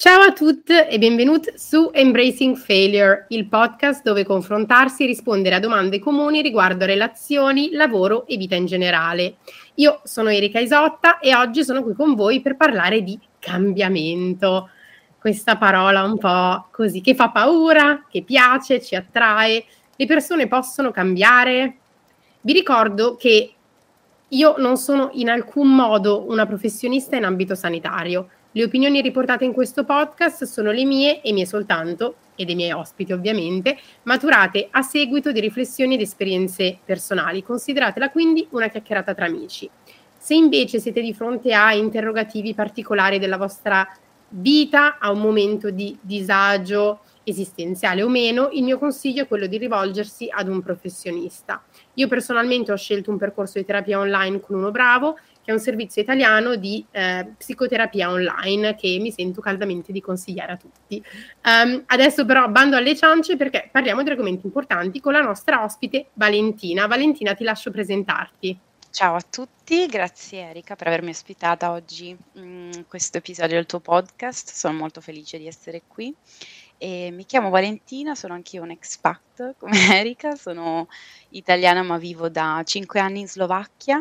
Ciao a tutti e benvenuti su Embracing Failure, il podcast dove confrontarsi e rispondere a domande comuni riguardo relazioni, lavoro e vita in generale. Io sono Erika Isotta e oggi sono qui con voi per parlare di cambiamento. Questa parola un po' così, che fa paura, che piace, ci attrae. Le persone possono cambiare? Vi ricordo che io non sono in alcun modo una professionista in ambito sanitario. Le opinioni riportate in questo podcast sono le mie soltanto, e dei miei ospiti ovviamente, maturate a seguito di riflessioni ed esperienze personali. Consideratela quindi una chiacchierata tra amici. Se invece siete di fronte a interrogativi particolari della vostra vita, a un momento di disagio esistenziale o meno, il mio consiglio è quello di rivolgersi ad un professionista. Io personalmente ho scelto un percorso di terapia online con Uno Bravo, che è un servizio italiano di psicoterapia online che mi sento caldamente di consigliare a tutti. Adesso però bando alle ciance perché parliamo di argomenti importanti con la nostra ospite Valentina. Valentina, ti lascio presentarti. Ciao a tutti, grazie Erika per avermi ospitata oggi in questo episodio del tuo podcast, sono molto felice di essere qui e mi chiamo Valentina, sono anch'io un expat come Erika, sono italiana ma vivo da 5 anni in Slovacchia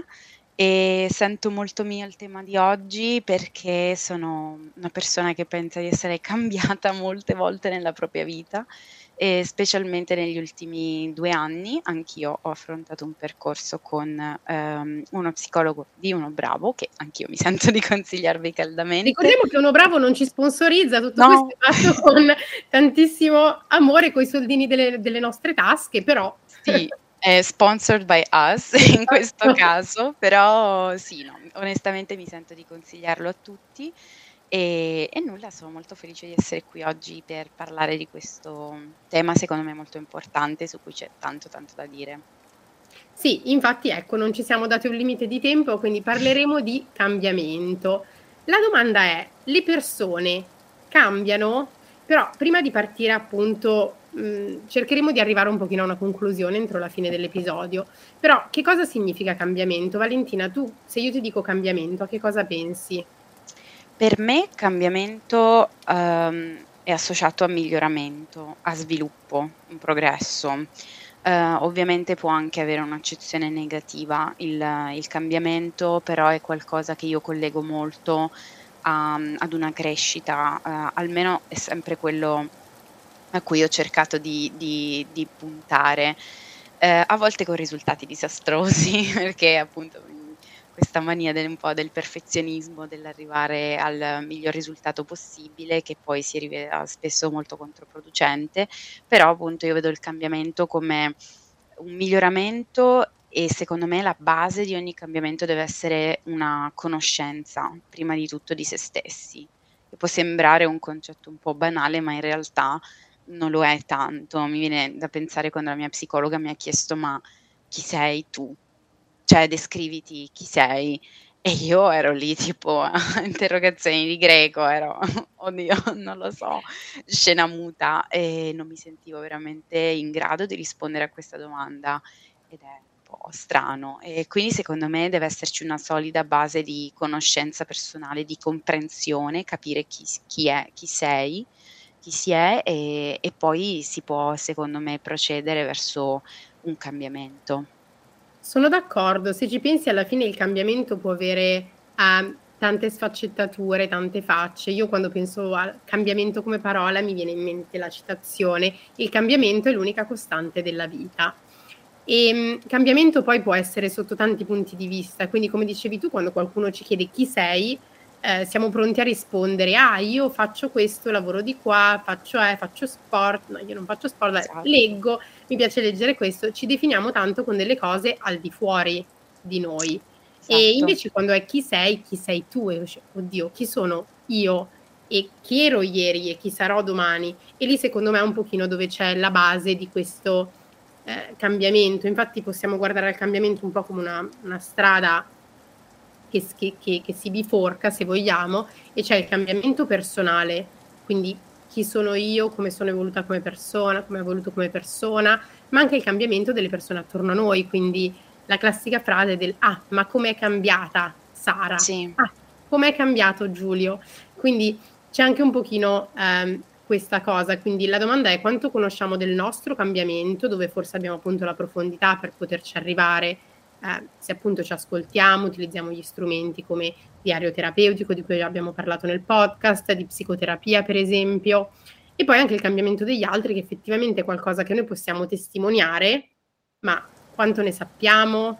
e sento molto mio il tema di oggi perché sono una persona che pensa di essere cambiata molte volte nella propria vita e specialmente negli ultimi 2 anni anch'io ho affrontato un percorso con, uno psicologo di Uno Bravo, che anch'io mi sento di consigliarvi caldamente. Ricordiamo che Uno Bravo non ci sponsorizza, tutto questo No. è fatto con tantissimo amore, coi soldini delle nostre tasche, però Sì, è sponsored by us in questo caso, però sì, no, onestamente mi sento di consigliarlo a tutti e nulla, sono molto felice di essere qui oggi per parlare di questo tema secondo me molto importante, su cui c'è tanto, tanto da dire. Sì, infatti ecco, non ci siamo dati un limite di tempo, quindi parleremo di cambiamento. La domanda è: le persone cambiano? Però prima di partire appunto, cercheremo di arrivare un pochino a una conclusione entro la fine dell'episodio. Però che cosa significa cambiamento? Valentina, tu se io ti dico cambiamento, a che cosa pensi? Per me cambiamento, è associato a miglioramento, a sviluppo, un progresso. Ovviamente può anche avere un'accezione negativa il cambiamento, però è qualcosa che io collego molto ad una crescita, almeno è sempre quello a cui ho cercato di puntare, a volte con risultati disastrosi perché appunto, questa mania un po' del perfezionismo, dell'arrivare al miglior risultato possibile, che poi si rivela spesso molto controproducente, però appunto io vedo il cambiamento come un miglioramento e secondo me la base di ogni cambiamento deve essere una conoscenza, prima di tutto di se stessi, che può sembrare un concetto un po' banale, ma in realtà non lo è tanto. Mi viene da pensare quando la mia psicologa mi ha chiesto: "Ma chi sei tu? Cioè descriviti chi sei". E io ero lì tipo a interrogazioni di greco, ero oddio, non lo so, scena muta e non mi sentivo veramente in grado di rispondere a questa domanda ed è un po' strano. E quindi secondo me deve esserci una solida base di conoscenza personale, di comprensione, capire chi sei, chi si è e poi si può secondo me procedere verso un cambiamento. Sono d'accordo, se ci pensi alla fine il cambiamento può avere, tante sfaccettature, tante facce. Io quando penso al cambiamento come parola mi viene in mente la citazione: "Il cambiamento è l'unica costante della vita". Cambiamento poi può essere sotto tanti punti di vista, quindi come dicevi tu quando qualcuno ci chiede: "Chi sei?", siamo pronti a rispondere: "Ah, io faccio questo, lavoro di qua, faccio sport". No, io non faccio sport, Esatto, leggo, mi piace leggere questo, ci definiamo tanto con delle cose al di fuori di noi. E esatto. invece quando è chi sei tu? E dici: "Oddio, chi sono io? E chi ero ieri e chi sarò domani?" E lì secondo me è un pochino dove c'è la base di questo, cambiamento. Infatti possiamo guardare al cambiamento un po' come una strada che si biforca, se vogliamo, e c'è il cambiamento personale, quindi chi sono io, come sono evoluta come persona, come ho evoluto come persona, ma anche il cambiamento delle persone attorno a noi, quindi la classica frase del: "Ah, ma com'è cambiata Sara? Sì, Ah, com'è cambiato Giulio?" Quindi c'è anche un pochino questa cosa, quindi la domanda è quanto conosciamo del nostro cambiamento, dove forse abbiamo appunto la profondità per poterci arrivare, se appunto ci ascoltiamo, utilizziamo gli strumenti come diario terapeutico di cui abbiamo parlato nel podcast, di psicoterapia per esempio, e poi anche il cambiamento degli altri che effettivamente è qualcosa che noi possiamo testimoniare, ma quanto ne sappiamo?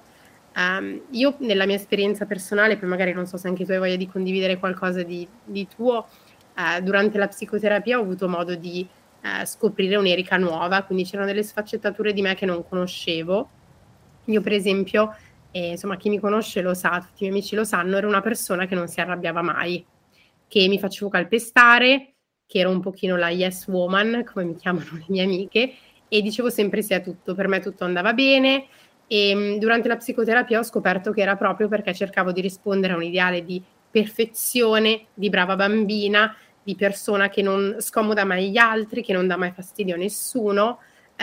Io nella mia esperienza personale, poi magari non so se anche tu hai voglia di condividere qualcosa di tuo, durante la psicoterapia ho avuto modo di scoprire un'Erica nuova, quindi c'erano delle sfaccettature di me che non conoscevo. Io per esempio, insomma chi mi conosce lo sa, tutti i miei amici lo sanno, ero una persona che non si arrabbiava mai, che mi facevo calpestare, che ero un pochino la yes woman, come mi chiamano le mie amiche, e dicevo sempre sì a tutto, per me tutto andava bene. E durante la psicoterapia ho scoperto che era proprio perché cercavo di rispondere a un ideale di perfezione, di brava bambina, di persona che non scomoda mai gli altri, che non dà mai fastidio a nessuno,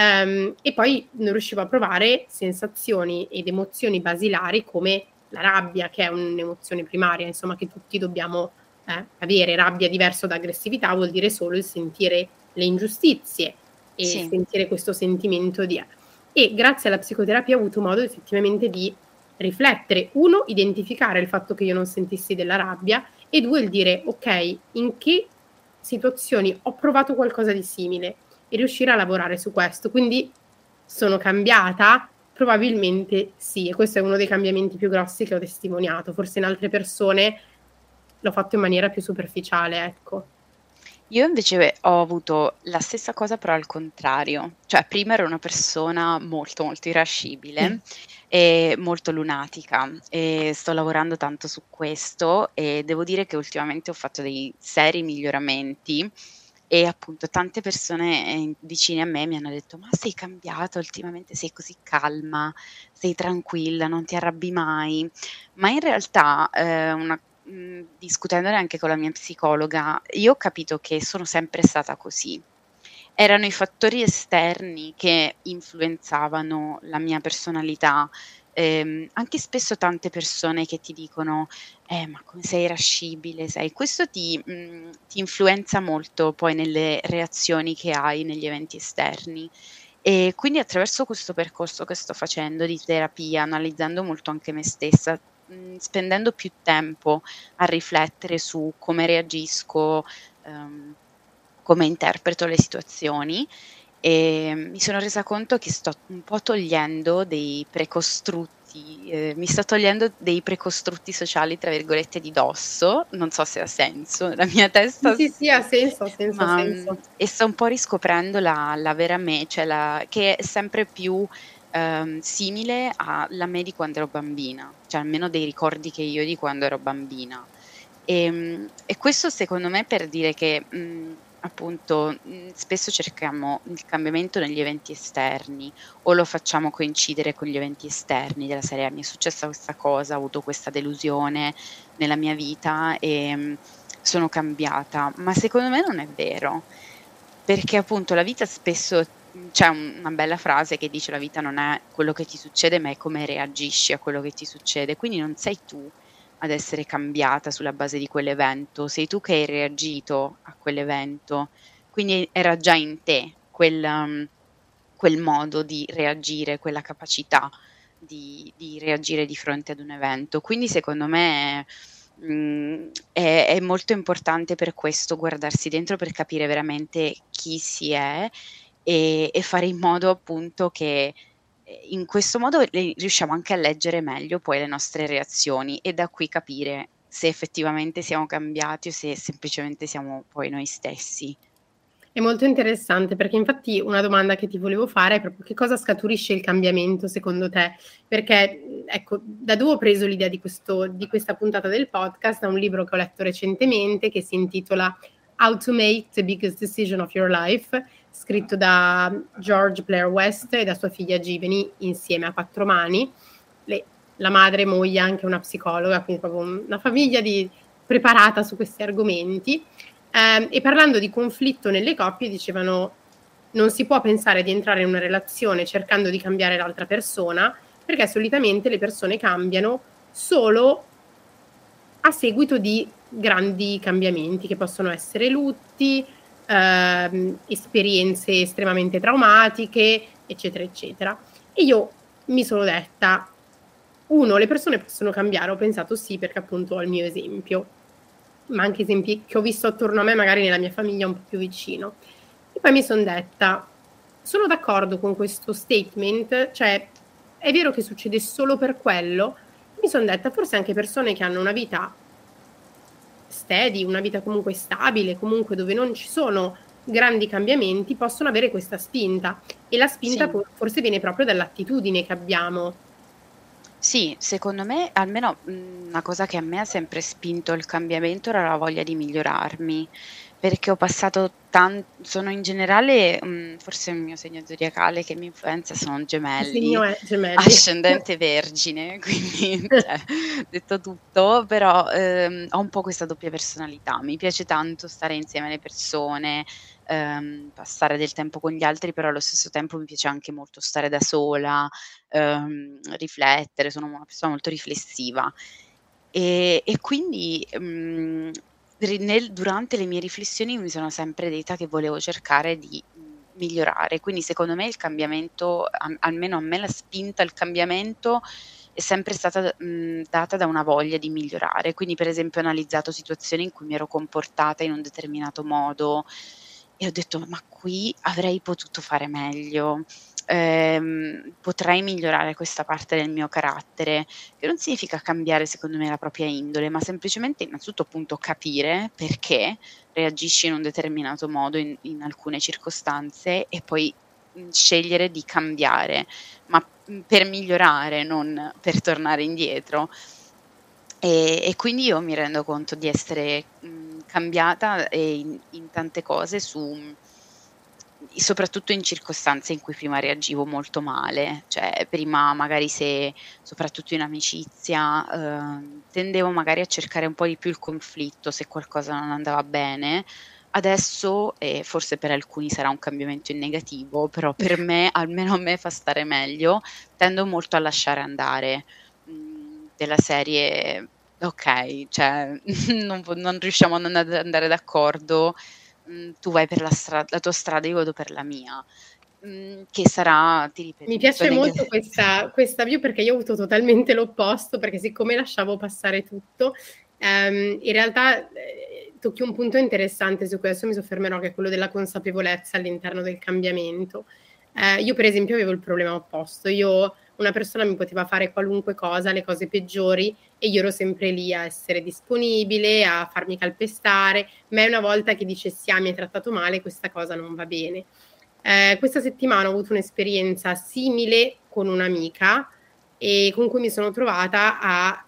e poi non riuscivo a provare sensazioni ed emozioni basilari come la rabbia, che è un'emozione primaria, insomma, che tutti dobbiamo avere. Rabbia diverso da aggressività vuol dire solo il sentire le ingiustizie e Sì. sentire questo sentimento di... E grazie alla psicoterapia ho avuto modo effettivamente di riflettere, uno, identificare il fatto che io non sentissi della rabbia, e due, il dire ok, in che situazioni ho provato qualcosa di simile e riuscire a lavorare su questo. Quindi sono cambiata? Probabilmente sì, e questo è uno dei cambiamenti più grossi che ho testimoniato. Forse in altre persone l'ho fatto in maniera più superficiale, ecco. Io invece ho avuto la stessa cosa però al contrario, cioè prima ero una persona molto, molto irascibile e molto lunatica e sto lavorando tanto su questo e devo dire che ultimamente ho fatto dei seri miglioramenti e appunto tante persone, vicine a me mi hanno detto: "Ma sei cambiata ultimamente, sei così calma, sei tranquilla, non ti arrabbi mai". Ma in realtà, discutendone anche con la mia psicologa, io ho capito che sono sempre stata così. Erano i fattori esterni che influenzavano la mia personalità, anche spesso tante persone che ti dicono: ma come sei irascibile, sei" questo ti influenza molto poi nelle reazioni che hai negli eventi esterni. E quindi attraverso questo percorso che sto facendo di terapia, analizzando molto anche me stessa, spendendo più tempo a riflettere su come reagisco, ehm, come interpreto le situazioni, mi sono resa conto che sto un po' togliendo dei precostrutti mi sto togliendo dei "precostrutti sociali" tra virgolette di dosso, non so se ha senso, nella mia Sì, testa sì, sì, ha sì, senso, ha senso, ha ma, senso. e sto un po' riscoprendo la vera me, cioè la che è sempre più, simile alla me di quando ero bambina, cioè almeno dei ricordi che io ho di quando ero bambina. E questo secondo me per dire che, appunto, spesso cerchiamo il cambiamento negli eventi esterni o lo facciamo coincidere con gli eventi esterni della serie: "Mi è successa questa cosa, ho avuto questa delusione nella mia vita, sono cambiata." Ma secondo me non è vero, perché appunto la vita spesso c'è una bella frase che dice: "La vita non è quello che ti succede, ma è come reagisci a quello che ti succede." Quindi non sei tu ad essere cambiata sulla base di quell'evento, sei tu che hai reagito a quell'evento. Quindi era già in te quel modo di reagire, quella capacità di reagire di fronte ad un evento. Quindi secondo me, è molto importante per questo guardarsi dentro per capire veramente chi si è e fare in modo appunto che, in questo modo riusciamo anche a leggere meglio poi le nostre reazioni e da qui capire se effettivamente siamo cambiati o se semplicemente siamo poi noi stessi. È molto interessante perché infatti una domanda che ti volevo fare è proprio che cosa scaturisce il cambiamento secondo te? Perché, ecco, da dove ho preso l'idea di questa puntata del podcast? Da un libro che ho letto recentemente che si intitola How to Make the Biggest Decision of Your Life, scritto da George Blair West e da sua figlia Giveni insieme a 4 mani. La madre, moglie, anche una psicologa, quindi proprio una famiglia preparata su questi argomenti. E parlando di conflitto nelle coppie dicevano non si può pensare di entrare in una relazione cercando di cambiare l'altra persona, perché solitamente le persone cambiano solo a seguito di grandi cambiamenti che possono essere lutti, esperienze estremamente traumatiche, eccetera, eccetera. E io mi sono detta, le persone possono cambiare, ho pensato sì, perché appunto ho il mio esempio, ma anche esempi che ho visto attorno a me, magari nella mia famiglia un po' più vicino. E poi mi sono detta, sono d'accordo con questo statement, cioè è vero che succede solo per quello? Mi sono detta, forse anche persone che hanno una vita steady, una vita comunque stabile, comunque dove non ci sono grandi cambiamenti, possono avere questa spinta. E la spinta Sì. forse viene proprio dall'attitudine che abbiamo. Sì, secondo me almeno, una cosa che a me ha sempre spinto il cambiamento era la voglia di migliorarmi, perché ho passato sono in generale, forse il mio segno zodiacale che mi influenza sono Che gemelli, segno è? Gemelli. ascendente Vergine, quindi cioè, detto tutto, però, ho un po' questa doppia personalità. Mi piace tanto stare insieme alle persone, passare del tempo con gli altri, però allo stesso tempo mi piace anche molto stare da sola, riflettere, sono una persona molto riflessiva. E quindi, durante le mie riflessioni mi sono sempre detta che volevo cercare di, migliorare. Quindi secondo me il cambiamento, almeno a me la spinta al cambiamento è sempre stata, data da una voglia di migliorare. Quindi per esempio ho analizzato situazioni in cui mi ero comportata in un determinato modo e ho detto: "Ma qui avrei potuto fare meglio, potrei migliorare questa parte del mio carattere", che non significa cambiare secondo me la propria indole, ma semplicemente innanzitutto appunto capire perché reagisci in un determinato modo in alcune circostanze e poi, scegliere di cambiare, ma, per migliorare, non per tornare indietro. E quindi io mi rendo conto di essere, cambiata, in tante cose soprattutto in circostanze in cui prima reagivo molto male. Cioè prima magari se soprattutto in amicizia, tendevo magari a cercare un po' di più il conflitto se qualcosa non andava bene. Adesso, e forse per alcuni sarà un cambiamento in negativo, però per me, almeno a me fa stare meglio, tendo molto a lasciare andare, della serie: "Okay, cioè non riusciamo a non ad andare d'accordo, tu vai per la tua strada, io vado per la mia". Che sarà, ti ripeto, Mi molto piace molto nega questa view, perché io ho avuto totalmente l'opposto, perché siccome lasciavo passare tutto, in realtà, tocchi un punto interessante su cui adesso mi soffermerò, che è quello della consapevolezza all'interno del cambiamento. Io per esempio avevo il problema opposto. Una persona mi poteva fare qualunque cosa, le cose peggiori, e io ero sempre lì a essere disponibile, a farmi calpestare, ma una volta che dicessi: "Ah, mi hai trattato male, questa cosa non va bene". Questa settimana ho avuto un'esperienza simile con un'amica, con cui mi sono trovata a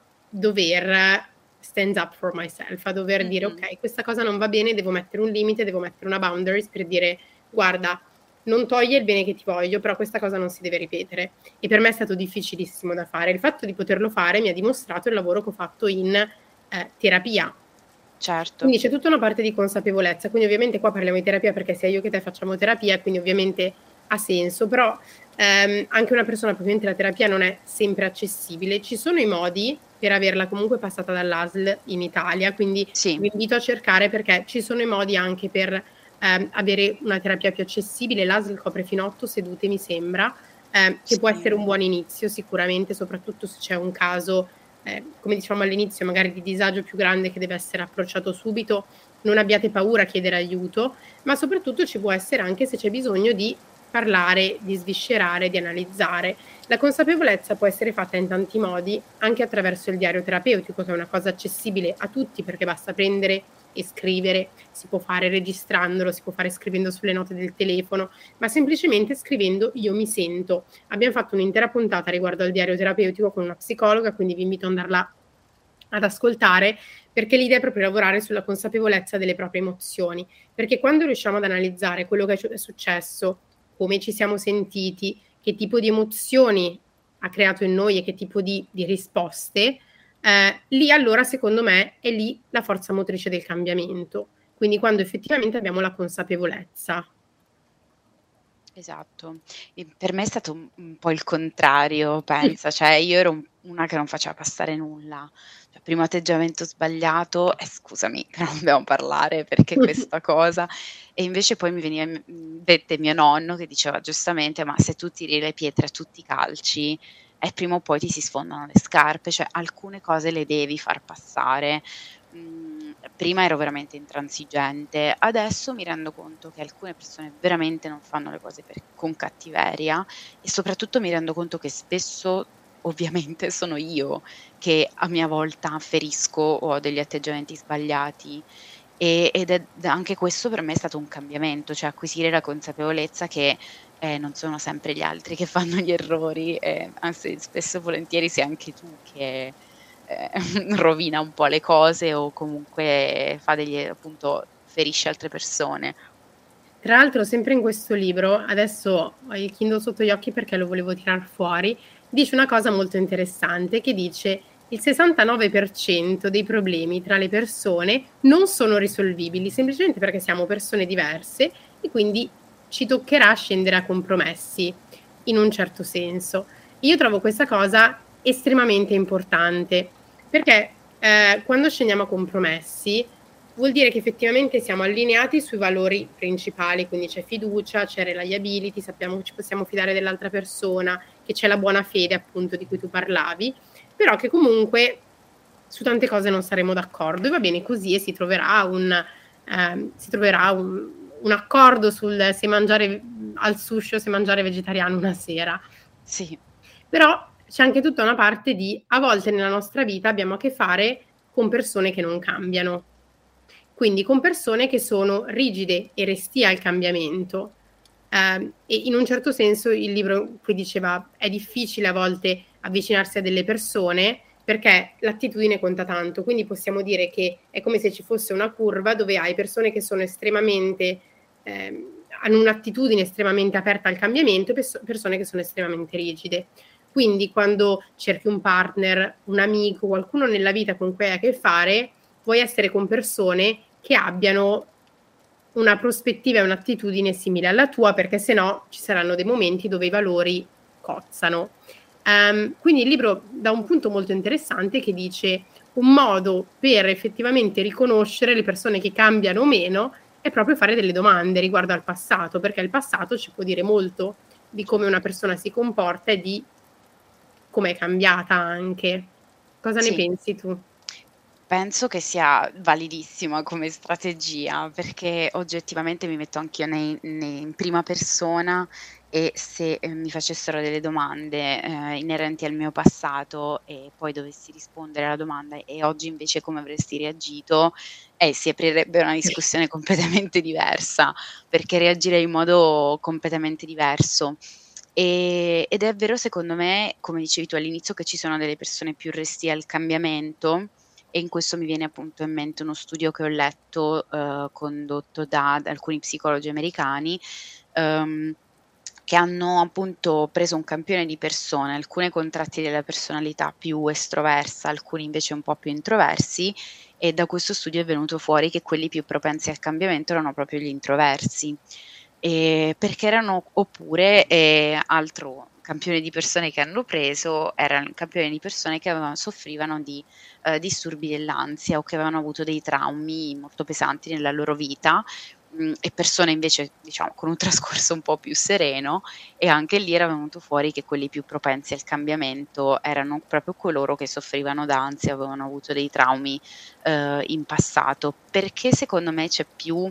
dover stand up for myself, a dover dire: mh-mh, "Okay, questa cosa non va bene, devo mettere un limite, devo mettere una boundaries per dire: guarda, non toglie il bene che ti voglio, però questa cosa non si deve ripetere". E per me è stato difficilissimo da fare. Il fatto di poterlo fare mi ha dimostrato il lavoro che ho fatto in, terapia. certo. Quindi c'è tutta una parte di consapevolezza, quindi ovviamente qua parliamo di terapia perché sia io che te facciamo terapia, quindi ovviamente ha senso, però, anche una persona, probabilmente la terapia non è sempre accessibile. Ci sono i modi per averla comunque passata dall'ASL in Italia, quindi Sì, vi invito a cercare, perché ci sono i modi anche per, avere una terapia più accessibile. L'ASL copre fino a 8 sedute, mi sembra, che può sì, essere un buon inizio sicuramente, soprattutto se c'è un caso, come dicevamo all'inizio, magari di disagio più grande che deve essere approcciato subito. Non abbiate paura a chiedere aiuto, ma soprattutto ci può essere anche se c'è bisogno di parlare, di sviscerare, di analizzare. La consapevolezza può essere fatta in tanti modi, anche attraverso il diario terapeutico, che è una cosa accessibile a tutti, perché basta prendere e scrivere, si può fare registrandolo, si può fare scrivendo sulle note del telefono, ma semplicemente scrivendo "io mi sento". Abbiamo fatto un'intera puntata riguardo al diario terapeutico con una psicologa, quindi vi invito ad andarla ad ascoltare, perché l'idea è proprio lavorare sulla consapevolezza delle proprie emozioni, perché quando riusciamo ad analizzare quello che è successo, come ci siamo sentiti, che tipo di emozioni ha creato in noi e che tipo di risposte, lì allora secondo me è lì la forza motrice del cambiamento. Quindi quando effettivamente abbiamo la consapevolezza. Esatto. E per me è stato un po' il contrario, pensa, cioè io ero una che non faceva passare nulla. Cioè, primo atteggiamento sbagliato: scusami, però dobbiamo parlare perché questa cosa", e invece poi mi veniva in mente mio nonno che diceva giustamente: "Ma se tu tiri le pietre a tutti i calci, prima o poi ti si sfondano le scarpe, cioè alcune cose le devi far passare". Prima ero veramente intransigente, adesso mi rendo conto che alcune persone veramente non fanno le cose con cattiveria e soprattutto mi rendo conto che spesso ovviamente sono io che a mia volta ferisco o ho degli atteggiamenti sbagliati ed è anche questo per me è stato un cambiamento, cioè acquisire la consapevolezza che non sono sempre gli altri che fanno gli errori, anzi spesso e volentieri sei anche tu che rovina un po' le cose o comunque fa degli appunto ferisce altre persone. Tra l'altro sempre in questo libro, adesso ho il Kindle sotto gli occhi perché lo volevo tirar fuori, dice una cosa molto interessante che dice: "Il 69% dei problemi tra le persone non sono risolvibili, semplicemente perché siamo persone diverse e quindi ci toccherà scendere a compromessi, in un certo senso". Io trovo questa cosa estremamente importante, perché, quando scendiamo a compromessi vuol dire che effettivamente siamo allineati sui valori principali, quindi c'è fiducia, c'è reliability, sappiamo che ci possiamo fidare dell'altra persona, che c'è la buona fede appunto di cui tu parlavi, però che comunque su tante cose non saremo d'accordo e va bene così e si troverà un accordo sul se mangiare al sushi o se mangiare vegetariano una sera. Sì, Però c'è anche tutta una parte di a volte nella nostra vita abbiamo a che fare con persone che non cambiano. Quindi con persone che sono rigide e restie al cambiamento. E in un certo senso il libro qui diceva è difficile a volte avvicinarsi a delle persone perché l'attitudine conta tanto, quindi possiamo dire che è come se ci fosse una curva dove hai persone che sono estremamente hanno un'attitudine estremamente aperta al cambiamento e persone che sono estremamente rigide. Quindi quando cerchi un partner, un amico, qualcuno nella vita con cui hai a che fare, vuoi essere con persone che abbiano una prospettiva e un'attitudine simile alla tua, perché se no ci saranno dei momenti dove i valori cozzano. Quindi il libro dà un punto molto interessante che dice un modo per effettivamente riconoscere le persone che cambiano o meno è proprio fare delle domande riguardo al passato, perché il passato ci può dire molto di come una persona si comporta e di come è cambiata anche. Cosa ne sì. pensi tu? Penso che sia validissima come strategia, perché oggettivamente mi metto anch'io in prima persona e se, mi facessero delle domande, inerenti al mio passato e poi dovessi rispondere alla domanda: "E oggi invece come avresti reagito?" Si aprirebbe una discussione completamente diversa, perché reagirei in modo completamente diverso. Ed è vero secondo me, come dicevi tu all'inizio, che ci sono delle persone più restie al cambiamento e in questo mi viene appunto in mente uno studio che ho letto, condotto da alcuni psicologi americani, uhm, che hanno appunto preso un campione di persone, alcune con tratti della personalità più estroversa, alcuni invece un po' più introversi, e da questo studio è venuto fuori che quelli più propensi al cambiamento erano proprio gli introversi. Perché erano oppure, altro campione di persone che hanno preso, era il campione di persone che soffrivano di disturbi dell'ansia o che avevano avuto dei traumi molto pesanti nella loro vita, e persone invece, diciamo, con un trascorso un po' più sereno e anche lì era venuto fuori che quelli più propensi al cambiamento erano proprio coloro che soffrivano d'ansia, avevano avuto dei traumi, in passato. Perché secondo me c'è più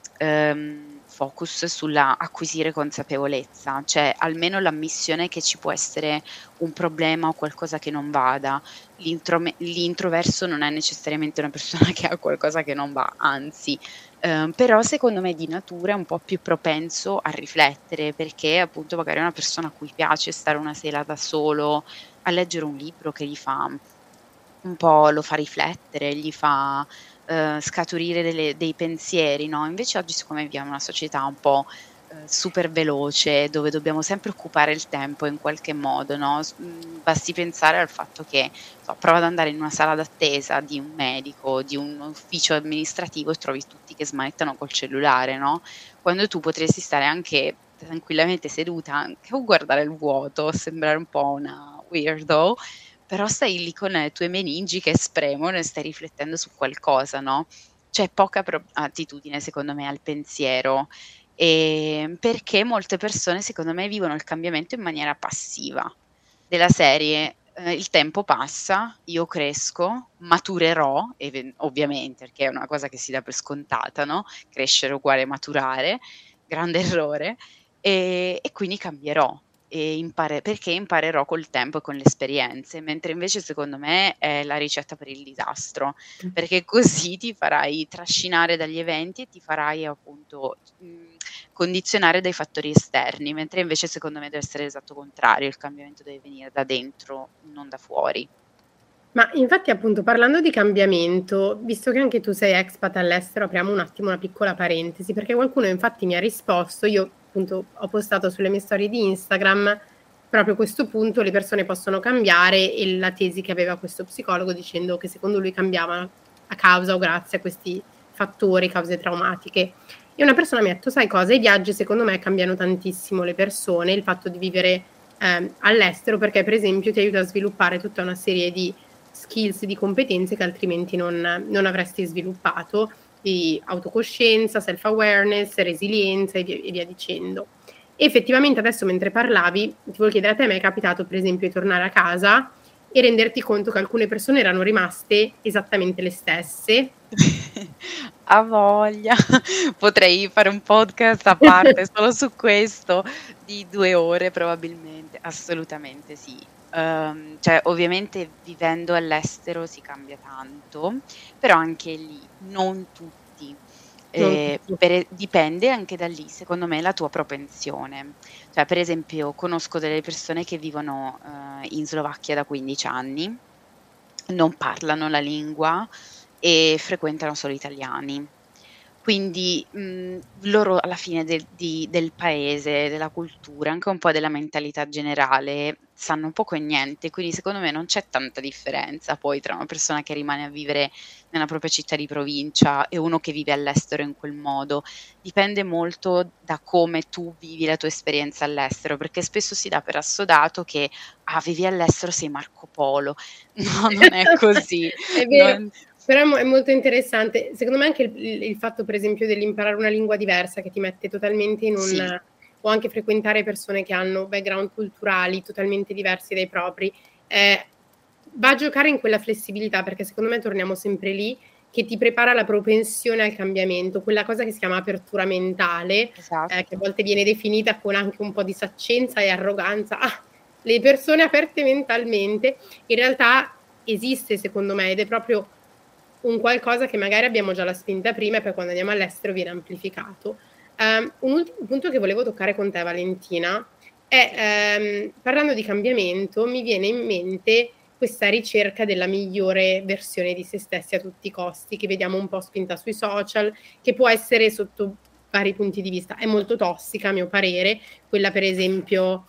focus sulla acquisire consapevolezza, cioè almeno l'ammissione che ci può essere un problema o qualcosa che non vada. L'introverso non è necessariamente una persona che ha qualcosa che non va, anzi, però secondo me di natura è un po' più propenso a riflettere, perché appunto magari è una persona a cui piace stare una sera da solo, a leggere un libro che gli fa un po' lo fa riflettere, gli fa, scaturire dei pensieri, no, invece oggi siccome viviamo in una società un po', super veloce, dove dobbiamo sempre occupare il tempo in qualche modo, no, basti pensare al fatto che, prova ad andare in una sala d'attesa di un medico, di un ufficio amministrativo e trovi tutti che smanettano col cellulare, no, quando tu potresti stare anche tranquillamente seduta anche o guardare il vuoto, sembrare un po' una weirdo, però stai lì con le tue meningi che spremono e stai riflettendo su qualcosa, no, c'è poca attitudine secondo me al pensiero, perché molte persone secondo me vivono il cambiamento in maniera passiva, della serie, il tempo passa, io cresco, maturerò, ovviamente, perché è una cosa che si dà per scontata, no, crescere uguale maturare, grande errore, e quindi cambierò e perché imparerò col tempo e con le esperienze, mentre invece secondo me è la ricetta per il disastro, perché così ti farai trascinare dagli eventi e ti farai appunto, condizionare dai fattori esterni, mentre invece secondo me deve essere l'esatto contrario, il cambiamento deve venire da dentro, non da fuori. Ma infatti appunto parlando di cambiamento, visto che anche tu sei expat all'estero, apriamo un attimo una piccola parentesi, perché qualcuno infatti mi ha risposto, io appunto ho postato sulle mie storie di Instagram proprio questo punto, le persone possono cambiare, e la tesi che aveva questo psicologo dicendo che secondo lui cambiava a causa o grazie a questi fattori, cause traumatiche. E una persona mi ha detto, sai cosa, i viaggi secondo me cambiano tantissimo le persone, il fatto di vivere all'estero, perché per esempio ti aiuta a sviluppare tutta una serie di skills, di competenze che altrimenti non avresti sviluppato, di autocoscienza, self-awareness, resilienza e via dicendo. E effettivamente adesso mentre parlavi, ti volevo chiedere a te, mi è capitato per esempio di tornare a casa e renderti conto che alcune persone erano rimaste esattamente le stesse. Ha voglia. Potrei fare un podcast a parte solo su questo di 2 ore probabilmente. Assolutamente sì. Cioè ovviamente vivendo all'estero si cambia tanto, però anche lì non tutti. Non tutti. Dipende anche da lì, secondo me, la tua propensione. Cioè per esempio conosco delle persone che vivono, in Slovacchia da 15 anni, non parlano la lingua e frequentano solo italiani. Quindi, loro alla fine del paese, della cultura, anche un po' della mentalità generale, sanno poco e niente, quindi secondo me non c'è tanta differenza poi tra una persona che rimane a vivere nella propria città di provincia e uno che vive all'estero in quel modo. Dipende molto da come tu vivi la tua esperienza all'estero, perché spesso si dà per assodato che: "Ah, vivi all'estero, sei Marco Polo." No, non è così. È vero, Non però è molto interessante. Secondo me anche il fatto per esempio dell'imparare una lingua diversa che ti mette totalmente in sì. un o anche frequentare persone che hanno background culturali totalmente diversi dai propri, va a giocare in quella flessibilità, perché secondo me torniamo sempre lì, che ti prepara alla propensione al cambiamento, quella cosa che si chiama apertura mentale, che a Esatto. volte viene definita con anche un po' di saccenza e arroganza. "Ah, le persone aperte mentalmente", in realtà esiste secondo me, ed è proprio un qualcosa che magari abbiamo già la spinta prima e poi quando andiamo all'estero viene amplificato. Un ultimo punto che volevo toccare con te, Valentina, è parlando di cambiamento, mi viene in mente questa ricerca della migliore versione di se stessi a tutti i costi, che vediamo un po' spinta sui social, che può essere sotto vari punti di vista. È molto tossica, a mio parere, quella per esempio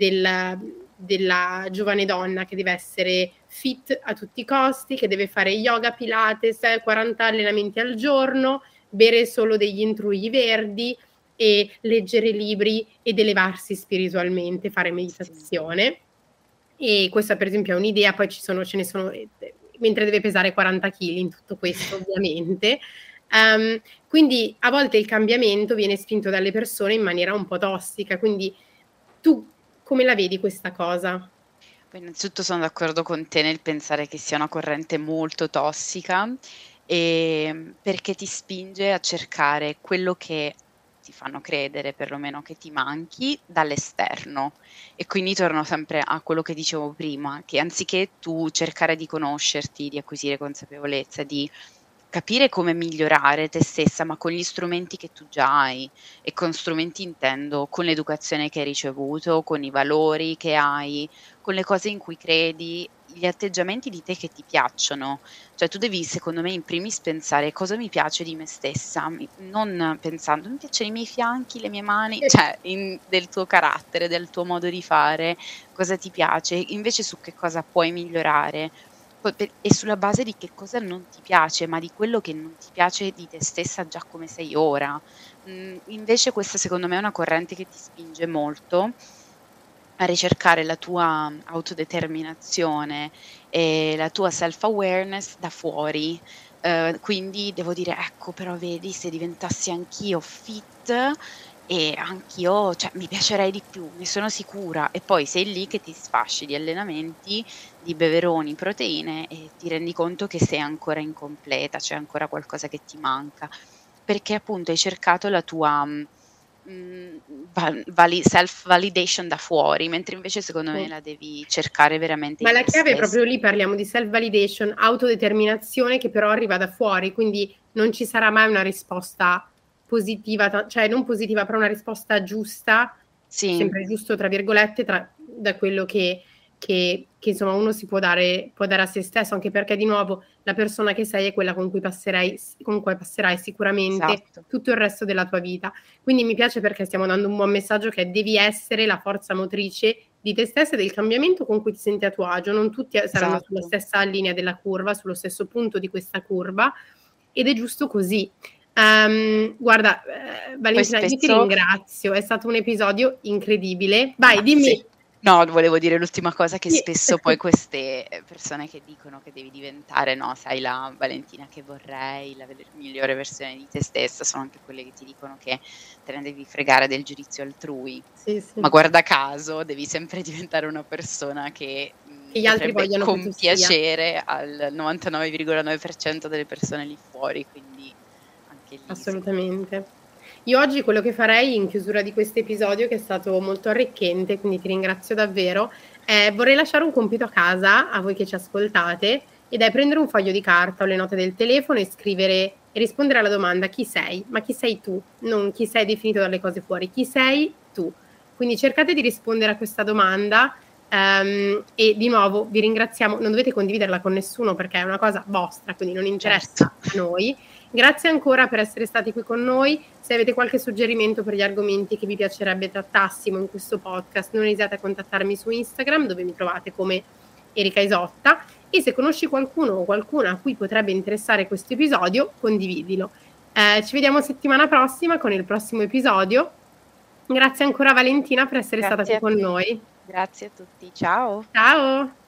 della giovane donna che deve essere fit a tutti i costi, che deve fare yoga, pilates, 40 allenamenti al giorno, bere solo degli intrugli verdi e leggere libri ed elevarsi spiritualmente, fare Sì. meditazione. E questa per esempio è un'idea, poi ce ne sono, mentre deve pesare 40 kg in tutto questo ovviamente. Quindi a volte il cambiamento viene spinto dalle persone in maniera un po' tossica, quindi tu come la vedi questa cosa? Poi innanzitutto sono d'accordo con te nel pensare che sia una corrente molto tossica, perché ti spinge a cercare quello che ti fanno credere perlomeno che ti manchi dall'esterno. E quindi torno sempre a quello che dicevo prima, che anziché tu cercare di conoscerti, di acquisire consapevolezza, di capire come migliorare te stessa, ma con gli strumenti che tu già hai, e con strumenti intendo con l'educazione che hai ricevuto, con i valori che hai, con le cose in cui credi, gli atteggiamenti di te che ti piacciono. Cioè tu devi secondo me in primis pensare: "Cosa mi piace di me stessa?" Non pensando: "Mi piacciono i miei fianchi, le mie mani", cioè del tuo carattere, del tuo modo di fare, cosa ti piace, invece su che cosa puoi migliorare. e sulla base di che cosa non ti piace, ma di quello che non ti piace di te stessa già come sei ora. Invece questa secondo me è una corrente che ti spinge molto a ricercare la tua autodeterminazione e la tua self-awareness da fuori. Quindi devo dire: "Ecco, però vedi se diventassi anch'io fit e anch'io cioè mi piacerei di più, ne sono sicura." E poi sei lì che ti sfasci di allenamenti, di beveroni, proteine e ti rendi conto che sei ancora incompleta, c'è ancora qualcosa che ti manca, perché appunto hai cercato la tua, self validation da fuori, mentre invece secondo me Sì. la devi cercare veramente Ma in la te chiave è stessa. proprio lì, parliamo di self-validation, autodeterminazione che però arriva da fuori, quindi non ci sarà mai una risposta positiva, cioè non positiva, però una risposta giusta, Sì, sempre giusto tra virgolette, da quello che insomma uno si può dare a se stesso, anche perché di nuovo la persona che sei è quella con cui passerai sicuramente esatto, tutto il resto della tua vita. Quindi mi piace perché stiamo dando un buon messaggio che devi essere la forza motrice di te stessa e del cambiamento con cui ti senti a tuo agio. Non tutti saranno sulla esatto. stessa linea della curva, sullo stesso punto di questa curva, ed è giusto così. Guarda, Poi Valentina, io ti spesso ringrazio, è stato un episodio incredibile. Vai, Grazie. dimmi. No, volevo dire l'ultima cosa, che Sì. spesso poi queste, persone che dicono che devi diventare, no, sai, la Valentina che vorrei, la migliore versione di te stessa, sono anche quelle che ti dicono che te ne devi fregare del giudizio altrui. Sì, Ma sì. guarda caso, devi sempre diventare una persona che, Che gli altri potrebbe vogliano che tu sia. compiacere al 99,9% delle persone lì fuori, quindi anche lì secondo me. Assolutamente. Io oggi quello che farei in chiusura di questo episodio, che è stato molto arricchente, quindi ti ringrazio davvero, vorrei lasciare un compito a casa a voi che ci ascoltate, ed è prendere un foglio di carta o le note del telefono e scrivere e rispondere alla domanda: chi sei? Ma chi sei tu? Non chi sei definito dalle cose fuori, chi sei tu? Quindi cercate di rispondere a questa domanda, e di nuovo vi ringraziamo. Non dovete condividerla con nessuno perché è una cosa vostra, quindi non Certo. interessa a noi. Grazie ancora per essere stati qui con noi. Se avete qualche suggerimento per gli argomenti che vi piacerebbe trattassimo in questo podcast, non esitate a contattarmi su Instagram, dove mi trovate come Erika Isotta, e se conosci qualcuno o qualcuna a cui potrebbe interessare questo episodio, condividilo. Ci vediamo settimana prossima con il prossimo episodio. Grazie ancora Valentina per essere stata Grazie qui a con te. noi. Grazie a tutti. Ciao. Ciao!